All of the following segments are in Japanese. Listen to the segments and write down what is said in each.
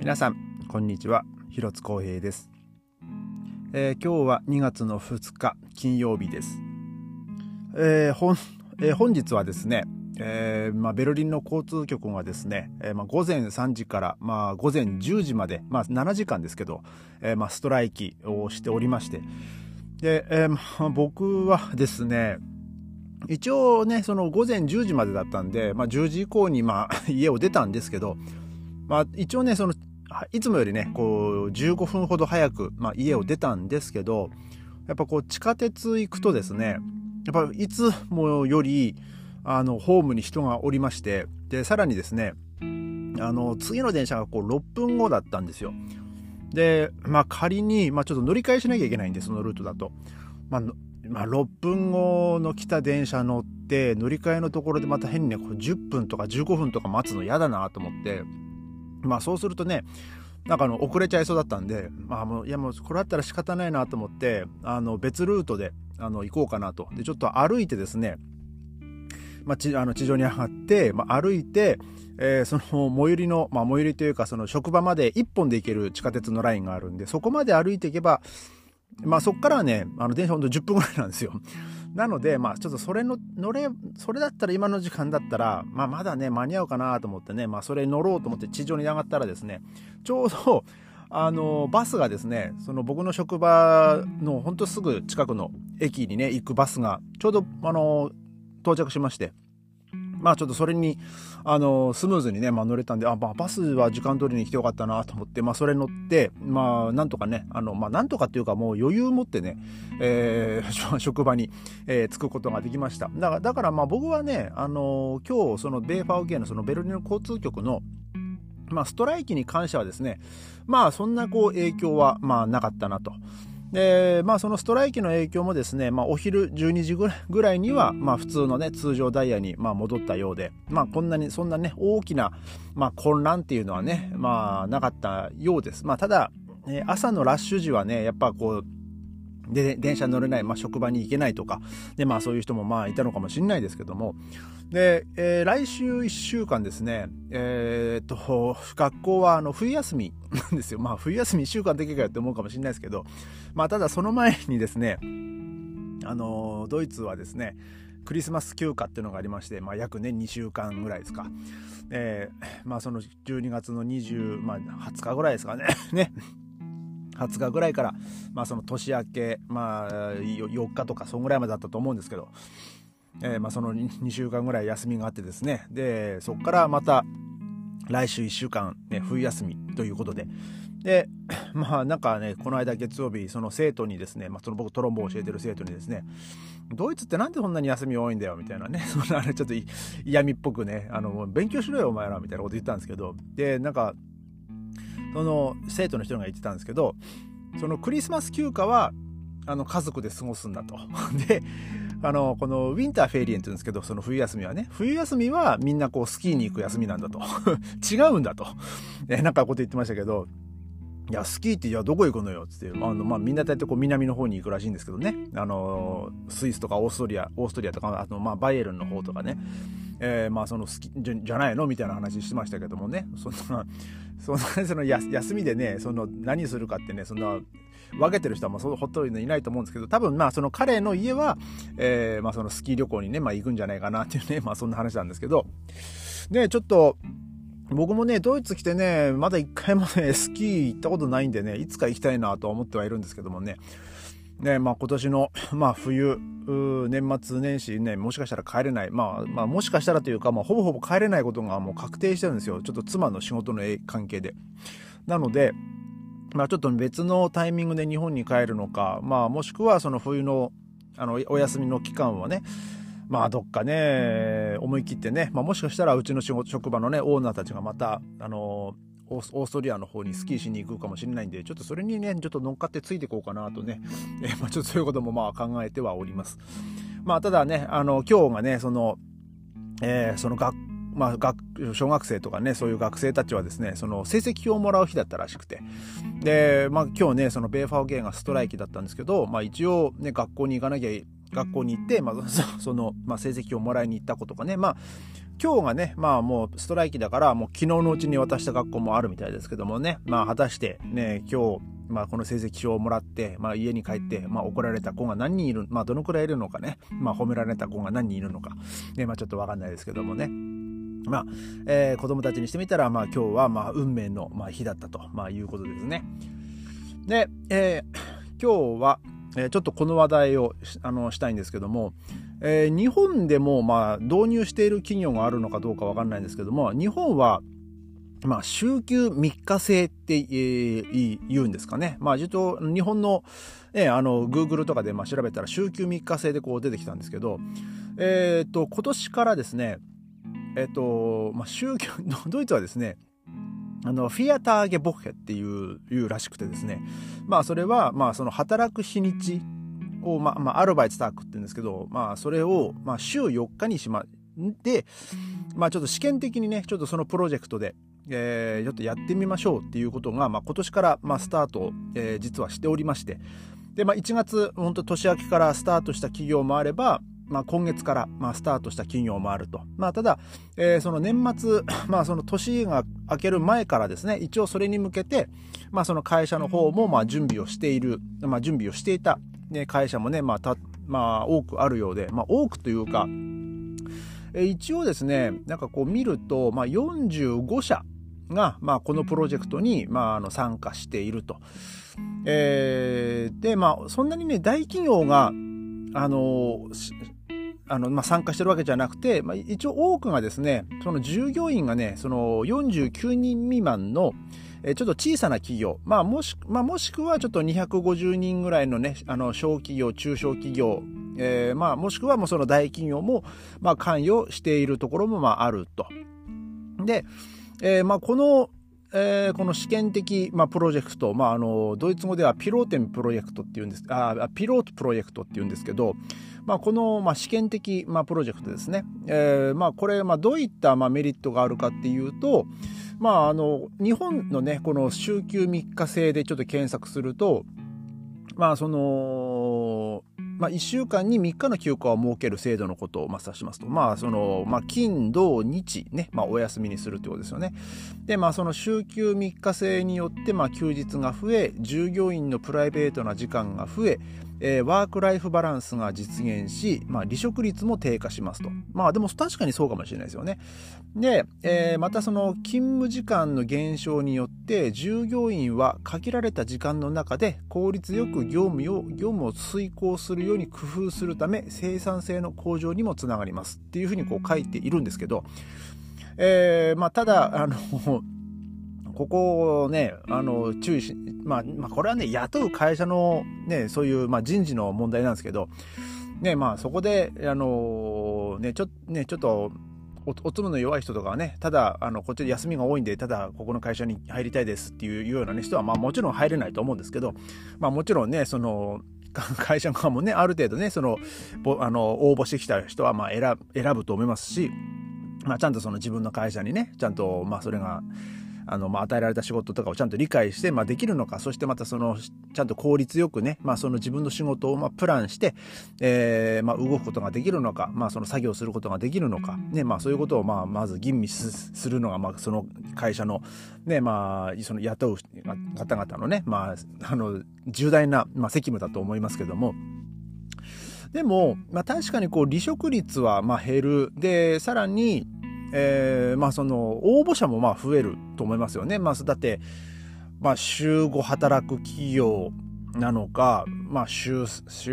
皆さんこんにちは、広津光平です。今日は2月の2日金曜日です。本日はですね、ベルリンの交通局がですね、午前3時から、午前10時まで、7時間ですけど、ストライキをしておりまして、で、僕はですね、一応ねその午前10時までだったんで、10時以降に家を出たんですけど、一応ねいつもよりねこう15分ほど早く、家を出たんですけど、やっぱこう地下鉄行くとですね、やっぱいつもよりホームに人がおりまして、でさらにですね次の電車がこう6分後だったんですよ。で仮にちょっと乗り換えしなきゃいけないんで、そのルートだと6分後の来た電車乗って乗り換えのところでまた変にねこう10分とか15分とか待つの嫌だなと思って、そうするとね遅れちゃいそうだったんで、もうこれだったら仕方ないなと思って別ルートで行こうかなと。でちょっと歩いてですね、地上に上がって、歩いて、その最寄りの、最寄りというかその職場まで1本で行ける地下鉄のラインがあるんで、そこまで歩いていけばそこからはね電車ほんと10分ぐらいなんですよ。なのでちょっとそれだったら今の時間だったらまだね間に合うかなと思ってね、それ乗ろうと思って地上に上がったらですね、ちょうどバスがですね、その僕の職場のほんとすぐ近くの駅にね行くバスがちょうど到着しまして、ちょっとそれにスムーズにね、乗れたんで、バスは時間通りに来てよかったなと思って、それ乗ってなんとかねなんとかっていうかもう余裕持ってね、職場に、着くことができました。だから僕はね今日そのBVGのそのベルリンの交通局のストライキに関してはですね、そんな影響はなかったなと。でそのストライキの影響もですね、お昼12時ぐらいには普通のね通常ダイヤに戻ったようで、そんなね大きな混乱っていうのはねなかったようです。ただ、朝のラッシュ時はねやっぱで電車乗れない、職場に行けないとかでそういう人もいたのかもしれないですけども、で、来週1週間ですね、学校は冬休みなんですよ。冬休み1週間だけかよって思うかもしれないですけど、ただその前にですねドイツはですねクリスマス休暇っていうのがありまして、約ね2週間ぐらいですか。その12月の20、20日ぐらいですかね20日ぐらいから、その年明け、4日とかそんぐらいまでだったと思うんですけど、その2週間ぐらい休みがあってですね、でそこからまた来週1週間、冬休みということで、なんかねこの間月曜日その生徒にですね、その僕トロンボーン教えてる生徒にですね、ドイツってなんでこんなに休み多いんだよみたいなね、そんなちょっと嫌味っぽくね勉強しろよお前らみたいなこと言ったんですけど、でその生徒の人が言ってたんですけど、そのクリスマス休暇は家族で過ごすんだと。でこのウィンターフェイリエンって言うんですけど、その冬休みはみんなスキーに行く休みなんだと違うんだと、なんかこと言ってましたけど、いやスキーってどこ行くのよっつって、みんな大体南の方に行くらしいんですけどね、スイスとかオーストリアとかあとバイエルンの方とかね、そのスキーじゃないのみたいな話してましたけどもね、その休みでね何するかってねそんな分けてる人はほっといないと思うんですけど、多分その彼の家は、そのスキー旅行にね行くんじゃないかなっていうねそんな話なんですけど、でちょっと僕もねドイツ来てねまだ一回もねスキー行ったことないんでね、いつか行きたいなとは思ってはいるんですけどもね、今年の冬年末年始ねもしかしたら帰れない、もしかしたらというかほぼほぼ帰れないことがもう確定してるんですよ。ちょっと妻の仕事の関係で。なのでちょっと別のタイミングで日本に帰るのか、もしくはその冬のお休みの期間はねどっかね思い切ってね、もしかしたらうちの職場のねオーナーたちがまたオーストリアの方にスキーしに行くかもしれないんで、ちょっとそれにねちょっと乗っかってついていこうかなとね、ちょっとそういうことも考えてはおります。ただね今日がねその小学生とかねそういう学生たちはですねその成績表をもらう日だったらしくて、で今日ねそのBVGがストライキだったんですけど、一応ね学校に行かなきゃい学校に行って、その、成績をもらいに行った子とかね、今日がね、もうストライキだからもう昨日のうちに渡した学校もあるみたいですけどもね、果たしてね、今日この成績書をもらって、家に帰って、怒られた子が何人いる、どのくらいいるのかね、褒められた子が何人いるのか、ね、ちょっとわかんないですけどもね。子供たちにしてみたら、今日は運命の、日だったと、いうことですね。で、今日は、ちょっとこの話題をしたいんですけども、日本でも導入している企業があるのかどうかわかんないんですけども、日本は週休3日制って言うんですかね。ちょっと日本の、Google とかで調べたら週休3日制でこう出てきたんですけど、今年からですね、週休ドイツはですね、フィアターゲボッヘっていうらしくてですね、それはその働く日にちをアルバイトタークって言うんですけど、それを週4日にしまで、ちょっと試験的にね、ちょっとそのプロジェクトでちょっとやってみましょうっていうことが、今年からスタート、実はしておりまして、で1月本当年明けからスタートした企業もあれば、今月からスタートした企業もあると。ただ、その年末その年が明ける前からですね、一応それに向けてその会社の方も準備をしている、準備をしていた、ね、会社もね多くあるようで、多くというか、一応ですね、なんかこう見ると45社がこのプロジェクトに参加していると。でそんなにね大企業が参加してるわけじゃなくて、一応多くがですね、その従業員がね、その49人未満のちょっと小さな企業、もしくはちょっと250人ぐらいのね、小企業、中小企業、もしくはもうその大企業も関与しているところもあると。で、この試験的、プロジェクト、ドイツ語ではピロートプロジェクトっていうんですけど、この、試験的、プロジェクトですね。これ、どういった、メリットがあるかっていうと、日本のね、この週休3日制でちょっと検索すると、1週間に3日の休暇を設ける制度のことを指しますと、金土日ね、お休みにするということですよね。で、その週休3日制によって休日が増え、従業員のプライベートな時間が増え、ワークライフバランスが実現し、離職率も低下しますと。でも確かにそうかもしれないですよね。で、またその勤務時間の減少によって従業員は限られた時間の中で効率よく業務を遂行するように工夫するため生産性の向上にもつながりますっていうふうにこう書いているんですけど、ただここをね注意し、これはね雇う会社のねそういう人事の問題なんですけどね、そこでちょっとおつむの弱い人とかはね、ただこっちで休みが多いんでただここの会社に入りたいですっていうような、人はもちろん入れないと思うんですけど、もちろんねその会社側もねある程度ねその応募してきた人は選ぶと思いますし、ちゃんとその自分の会社にねちゃんとそれが与えられた仕事とかをちゃんと理解して、できるのか、そしてまたそのちゃんと効率よくね、その自分の仕事をプランして、動くことができるのか、その作業することができるのか、ね、そういうことをまず吟味するのがその会社のね、その雇う方々のね、重大な責務だと思いますけども。でも、確かにこう離職率は減る。で、さらにその応募者も増えると思いますよね。だって週5働く企業なのか、週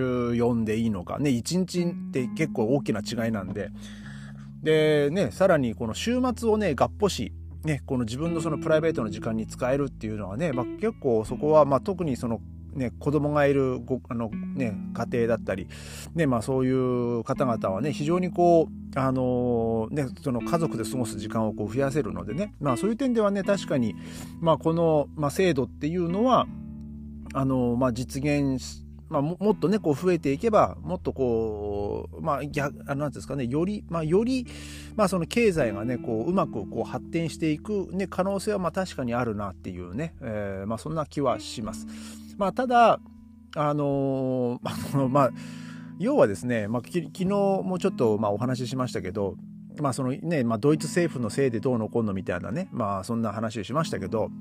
4でいいのかね、1日って結構大きな違いなんで、でね、さらにこの週末をねがっぽしね、この自分のそのプライベートの時間に使えるっていうのはね、結構そこは特にそのね、子供がいる家庭だったり、ね、そういう方々はね非常にこうその家族で過ごす時間をこう増やせるのでね、そういう点ではね確かにこの制度っていうのは実現もっとねこう増えていけばもっとこうなんていうんですかね、よりその経済がねこううまくこう発展していくね可能性は確かにあるなっていうね、そんな気はします。ただ要はですね、昨日もちょっとお話ししましたけど、そのね、ドイツ政府のせいでどうのこうのみたいなね、そんな話をしましたけど、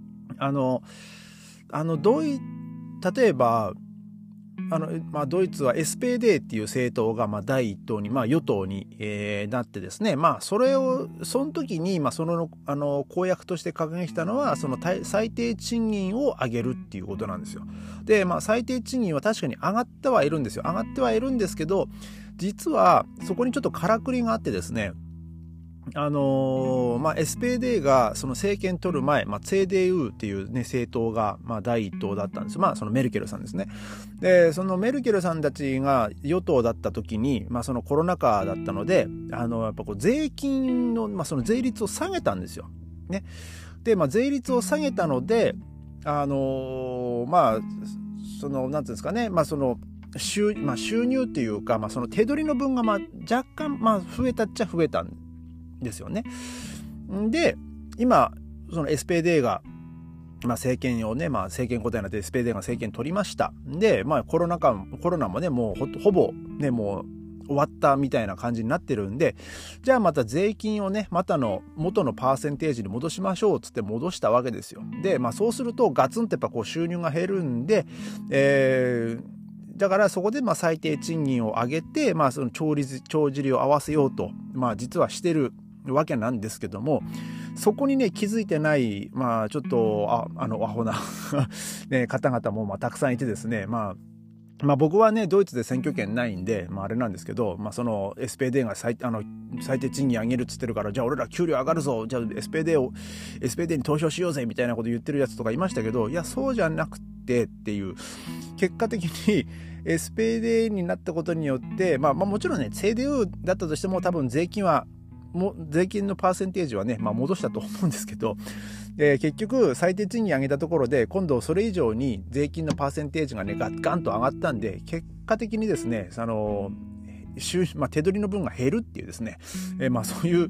例えばドイツは SPD っていう政党が第一党に、与党に、なってですね、その時に、公約として掲げてたのは、その最低賃金を上げるっていうことなんですよ。で、最低賃金は確かに上がってはいるんですよ。上がってはいるんですけど、実はそこにちょっとからくりがあってですね、SPD がその政権取る前、CDU っていうね政党が第一党だったんです。そのメルケルさんですね。で、そのメルケルさんたちが与党だった時に、そのコロナ禍だったので、やっぱ税金の、その税率を下げたんですよ。ね。で、税率を下げたので、そのなんていうんですかね、その収入っていうか、その手取りの分が若干増えたっちゃ増えたんですよね。で、今その SPD が政権をね、政権交代になって SPD が政権取りました。で、コロナもね、もうほぼね、もう終わったみたいな感じになってるんで、じゃあまた税金をね、元のパーセンテージに戻しましょうっつって戻したわけですよ。で、そうするとガツンとやっぱこう収入が減るんで、だからそこで最低賃金を上げて、その帳尻を合わせようと、実はしてるわけなんですけども、そこにね気づいてないちょっとアホなね、方々もたくさんいてですね、僕はねドイツで選挙権ないんで、あれなんですけど、その SPD が最低賃金上げるっつってるから、じゃあ俺ら給料上がるぞ、じゃあ SPD に投票しようぜみたいなこと言ってるやつとかいましたけど、いやそうじゃなくてっていう、結果的にSPD になったことによって、もちろんね CDU だったとしても多分税金のパーセンテージはね、戻したと思うんですけど、結局最低賃金上げたところで今度それ以上に税金のパーセンテージがねガンと上がったんで、結果的にですね手取りの分が減るっていうですね、そういう、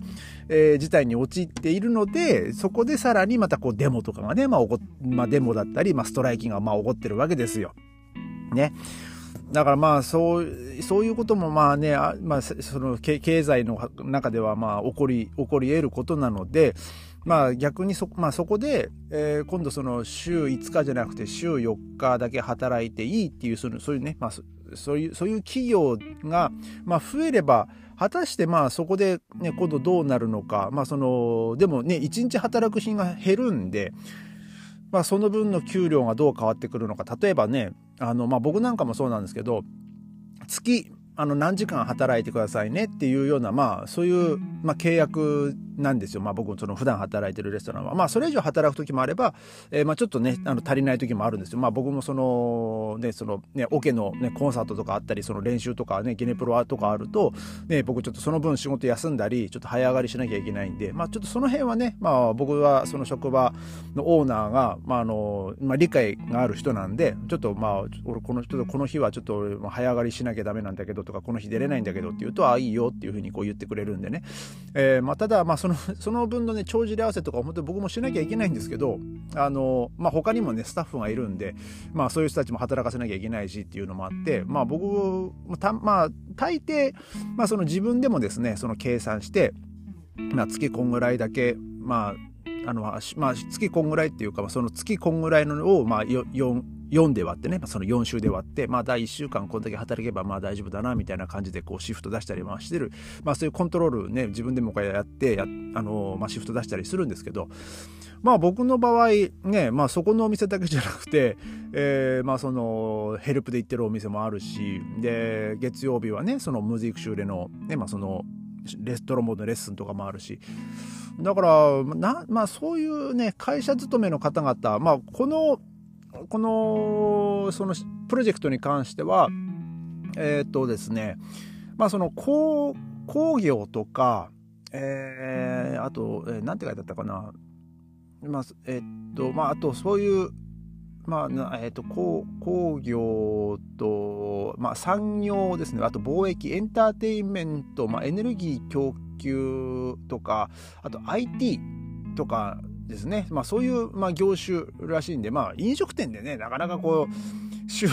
事態に陥っているので、そこでさらにまたこうデモとかがね、デモだったり、ストライキが起こってるわけですよ。ね。だからそういうこともその経済の中では起こり得ることなので、逆にそこで、今度その週5日じゃなくて週4日だけ働いていいっていうそういうね、そういう企業が増えれば、果たしてそこでね今度どうなるのか、でもね1日働く日が減るんで、その分の給料がどう変わってくるのか。例えばね、僕なんかもそうなんですけど、月何時間働いてくださいねっていうようなそういう、契約なんですよ。僕その普段働いてるレストランはそれ以上働く時もあれば、ちょっとね足りない時もあるんですよ。僕もそのオケのねコンサートとかあったり、その練習とかねゲネプロとかあるとね、僕ちょっとその分仕事休んだりちょっと早上がりしなきゃいけないんで、ちょっとその辺はね僕はその職場のオーナーが理解がある人なんで、ちょっと俺この人とこの日はちょっと早上がりしなきゃダメなんだけどとか、この日出れないんだけどって言うと、いいよっていうふうにこう言ってくれるんでね、ただその分のね帳尻合わせとか本当に僕もしなきゃいけないんですけど、他にもねスタッフがいるんで、そういう人たちも働かせなきゃいけないしっていうのもあって、僕大抵その自分でもですねその計算して、月こんぐらいだけ月こんぐらいっていうか、その月こんぐらいのを4で割ってね、その4週で割って、第1週間こんだけ働けば大丈夫だなみたいな感じでこうシフト出したりしてる、そういうコントロールね自分でもやってシフト出したりするんですけど、僕の場合ね、そこのお店だけじゃなくて、そのヘルプで行ってるお店もあるし、で月曜日はねそのムジックシューレのね、そのドラムのレッスンとかもあるし、だからそういうね会社勤めの方々、このそのプロジェクトに関してはですね、その工業とか、あと、なんて書いてあったかな、あとそういう工業と、産業ですね、あと貿易、エンターテインメント、エネルギー供給とか、あと IT とかですね。まあそういう、まあ、業種らしいんで、まあ飲食店でね、なかなかこう、週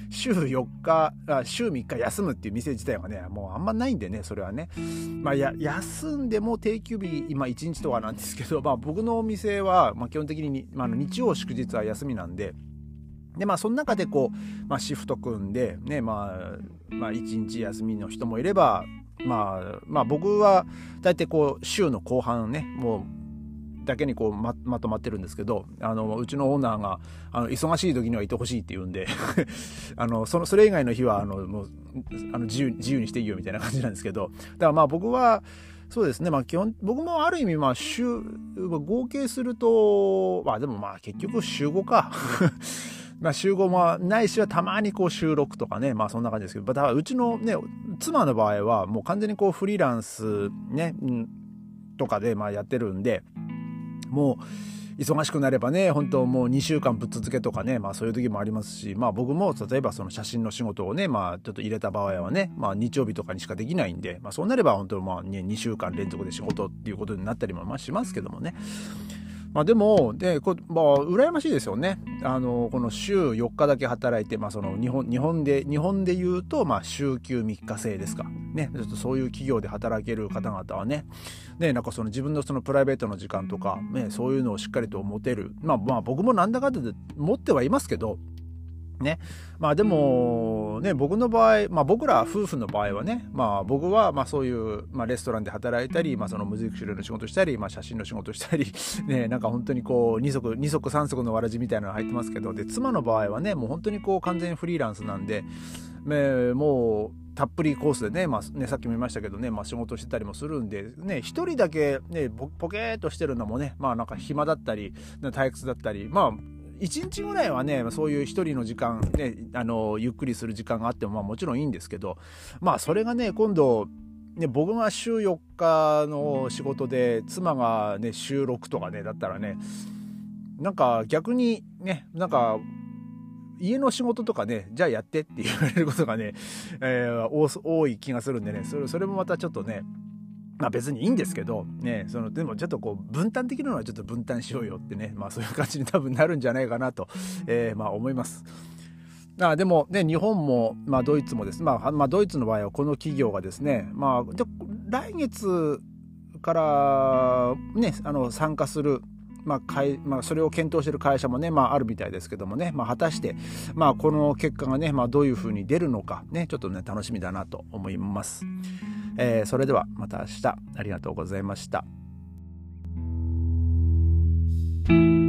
4日、週3日休むっていう店自体はね、もうあんまないんでね、それはね。まあ休んでも定休日、今1日とかなんですけど、まあ僕のお店は、まあ基本的に、まあ、日曜祝日は休みなんで、でまあその中でこう、まあ、シフト組んでね、まあ1日休みの人もいれば、まあ僕は大体こう週の後半ね、もうだけにこう まとまってるんですけど、うちのオーナーが忙しい時にはいてほしいって言うんでそれ以外の日はもう自由にしていいよみたいな感じなんですけど、だからまあ僕はそうですね、まあ基本僕もある意味まあ合計するとまあでもまあ結局週5かまあ週5もないしはたまにこう週6とかね、まあそんな感じですけど、だからうちのね妻の場合はもう完全にこうフリーランスね、とかでまあやってるんで、もう忙しくなればね、本当もう2週間ぶっ続けとかね、まあそういう時もありますし、まあ僕も例えばその写真の仕事をね、まあちょっと入れた場合はね、まあ日曜日とかにしかできないんで、まあそうなれば本当まあね、2週間連続で仕事っていうことになったりもまあしますけどもね。まあでも、まあ羨ましいですよね。この週4日だけ働いて、まあその日本で言うと、まあ週休3日制ですか。ね、ちょっとそういう企業で働ける方々はね、なんかその自分のそのプライベートの時間とか、ね、そういうのをしっかりと持てる。まあ僕もなんだかんだで持ってはいますけど、ね、まあでもね、僕の場合、まあ僕ら夫婦の場合はね、まあ僕はまあそういう、まあ、レストランで働いたり、まあその無印の仕事したり、まあ写真の仕事したりね、なんか本当にこう二足三足のわらじみたいなのが入ってますけど、で妻の場合はね、もう本当にこう完全にフリーランスなんで、もうたっぷりコースでね、まあね、さっきも言いましたけどね、まあ仕事してたりもするんでね、一人だけねポケーっとしてるのもね、まあなんか暇だったり退屈だったり、まあ1日ぐらいはね、そういう一人の時間、ね、ゆっくりする時間があっても、まあもちろんいいんですけど、まあそれがね、今度、ね、僕が週4日の仕事で、妻がね、週6とかね、だったらね、なんか逆にね、なんか、家の仕事とかね、じゃあやってって言われることがね、多い気がするんでね、それもまたちょっとね、まあ別にいいんですけどね、でもちょっとこう分担的なのはちょっと分担しようよってね、まあそういう感じに多分なるんじゃないかなと、まあ思います。でもね、日本も、まあドイツもですね、まあドイツの場合はこの企業がですね、まあ来月からね、参加する、まあそれを検討している会社もね、まああるみたいですけどもね、まあ果たして、まあこの結果がね、まあどういうふうに出るのかね、ちょっとね、楽しみだなと思います。それではまた明日、ありがとうございました。